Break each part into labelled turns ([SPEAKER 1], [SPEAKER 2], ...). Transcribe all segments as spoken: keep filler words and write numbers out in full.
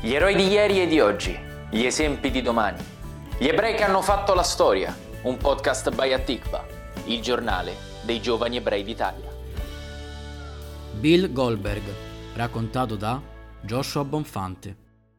[SPEAKER 1] Gli eroi di ieri e di oggi, gli esempi di domani, gli ebrei che hanno fatto la storia, un podcast by Atikva, il giornale dei giovani ebrei d'Italia.
[SPEAKER 2] Bill Goldberg, raccontato da Joshua Bonfante.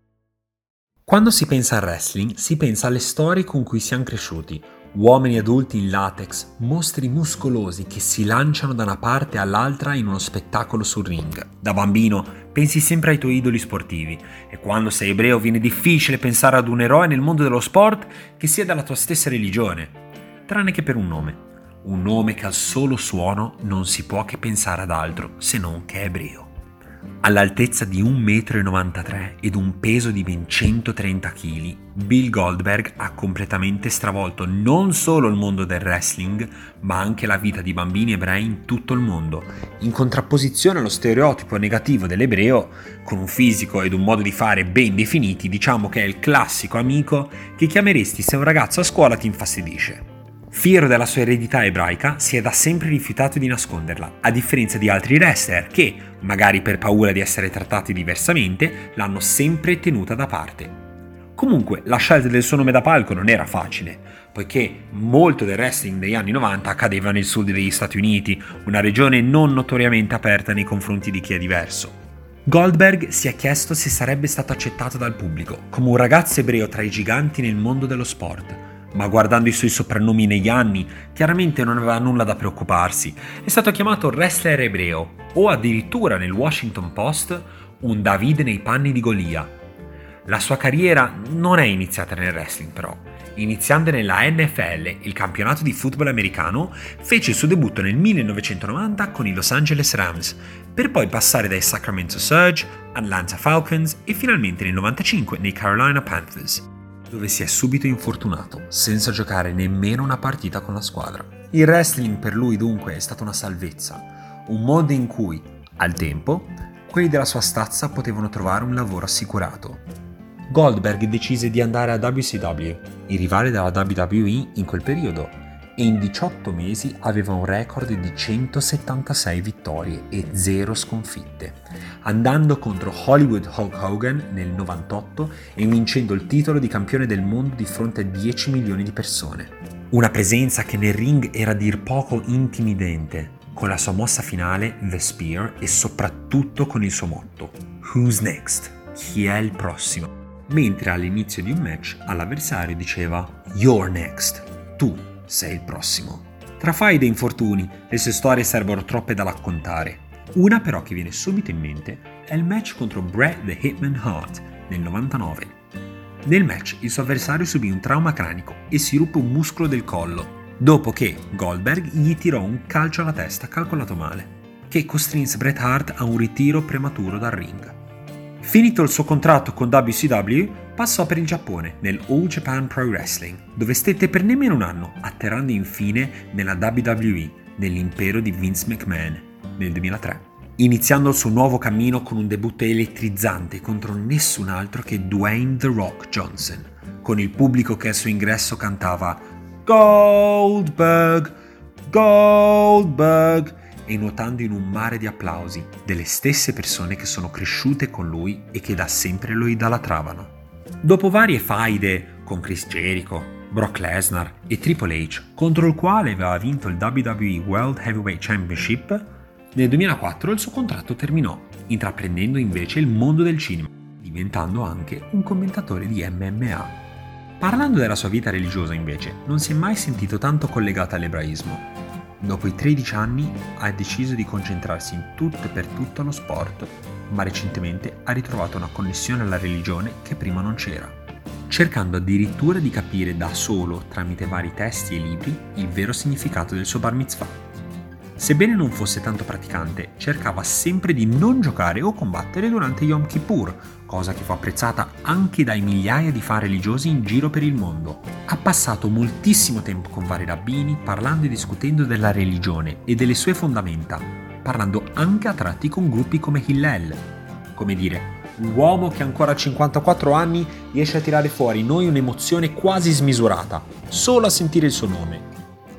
[SPEAKER 3] Quando si pensa al wrestling, si pensa alle storie con cui siamo cresciuti. Uomini adulti in latex, mostri muscolosi che si lanciano da una parte all'altra in uno spettacolo sul ring. Da bambino pensi sempre ai tuoi idoli sportivi e quando sei ebreo viene difficile pensare ad un eroe nel mondo dello sport che sia della tua stessa religione, tranne che per un nome. Un nome che al solo suono non si può che pensare ad altro se non che è ebreo. All'altezza di un metro e novantatré ed un peso di ben centotrenta chili, Bill Goldberg ha completamente stravolto non solo il mondo del wrestling, ma anche la vita di bambini ebrei in tutto il mondo. In contrapposizione allo stereotipo negativo dell'ebreo, con un fisico ed un modo di fare ben definiti, diciamo che è il classico amico che chiameresti se un ragazzo a scuola ti infastidisce. Fiero della sua eredità ebraica, si è da sempre rifiutato di nasconderla, a differenza di altri wrestler che, magari per paura di essere trattati diversamente, l'hanno sempre tenuta da parte. Comunque, la scelta del suo nome da palco non era facile, poiché molto del wrestling degli anni novanta accadeva nel sud degli Stati Uniti, una regione non notoriamente aperta nei confronti di chi è diverso. Goldberg si è chiesto se sarebbe stato accettato dal pubblico, come un ragazzo ebreo tra i giganti nel mondo dello sport. Ma guardando i suoi soprannomi negli anni, chiaramente non aveva nulla da preoccuparsi. È stato chiamato wrestler ebreo, o addirittura nel Washington Post un Davide nei panni di Golia. La sua carriera non è iniziata nel wrestling però. Iniziando nella N F L, il campionato di football americano, fece il suo debutto nel millenovecentonovanta con i Los Angeles Rams, per poi passare dai Sacramento Surge, Atlanta Falcons e finalmente nel novantacinque nei Carolina Panthers, dove si è subito infortunato, senza giocare nemmeno una partita con la squadra. Il wrestling per lui dunque è stata una salvezza, un mondo in cui, al tempo, quelli della sua stazza potevano trovare un lavoro assicurato. Goldberg decise di andare a W C W, il rivale della W W E in quel periodo, e in diciotto mesi aveva un record di centosettantasei vittorie e zero sconfitte, andando contro Hollywood Hulk Hogan nel novantotto e vincendo il titolo di campione del mondo di fronte a dieci milioni di persone. Una presenza che nel ring era a dir poco intimidente, con la sua mossa finale, The Spear, e soprattutto con il suo motto, Who's next? Chi è il prossimo? Mentre all'inizio di un match all'avversario diceva You're next, tu sei il prossimo. Tra faide e infortuni, le sue storie servono troppe da raccontare. Una però che viene subito in mente è il match contro Bret the Hitman Hart nel novantanove. Nel match il suo avversario subì un trauma cranico e si ruppe un muscolo del collo, dopo che Goldberg gli tirò un calcio alla testa calcolato male, che costrinse Bret Hart a un ritiro prematuro dal ring. Finito il suo contratto con W C W, passò per il Giappone nel All Japan Pro Wrestling, dove stette per nemmeno un anno, atterrando infine nella W W E, nell'impero di Vince McMahon, nel duemilatré, iniziando il suo nuovo cammino con un debutto elettrizzante contro nessun altro che Dwayne The Rock Johnson, con il pubblico che al suo ingresso cantava Goldberg, Goldberg, e nuotando in un mare di applausi delle stesse persone che sono cresciute con lui e che da sempre lo idolatravano. Dopo varie faide con Chris Jericho, Brock Lesnar e Triple H, contro il quale aveva vinto il W W E World Heavyweight Championship, nel duemilaquattro il suo contratto terminò, intraprendendo invece il mondo del cinema, diventando anche un commentatore di M M A. Parlando della sua vita religiosa invece, non si è mai sentito tanto collegato all'ebraismo. Dopo i tredici anni ha deciso di concentrarsi in tutto e per tutto allo sport, ma recentemente ha ritrovato una connessione alla religione che prima non c'era, cercando addirittura di capire da solo, tramite vari testi e libri, il vero significato del suo bar mitzvah. Sebbene non fosse tanto praticante, cercava sempre di non giocare o combattere durante Yom Kippur, cosa che fu apprezzata anche dai migliaia di fan religiosi in giro per il mondo. Ha passato moltissimo tempo con vari rabbini, parlando e discutendo della religione e delle sue fondamenta, parlando anche a tratti con gruppi come Hillel. Come dire, l'uomo che ancora a cinquantaquattro anni riesce a tirare fuori in noi un'emozione quasi smisurata, solo a sentire il suo nome.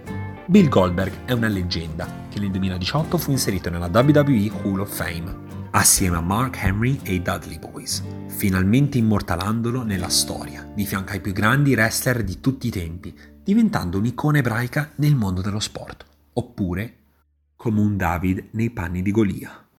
[SPEAKER 3] Bill Goldberg è una leggenda che nel duemiladiciotto fu inserito nella W W E Hall of Fame. assieme a Mark Henry e i Dudley Boys, finalmente immortalandolo nella storia, di fianco ai più grandi wrestler di tutti i tempi, diventando un'icona ebraica nel mondo dello sport, oppure come un David nei panni di Golia.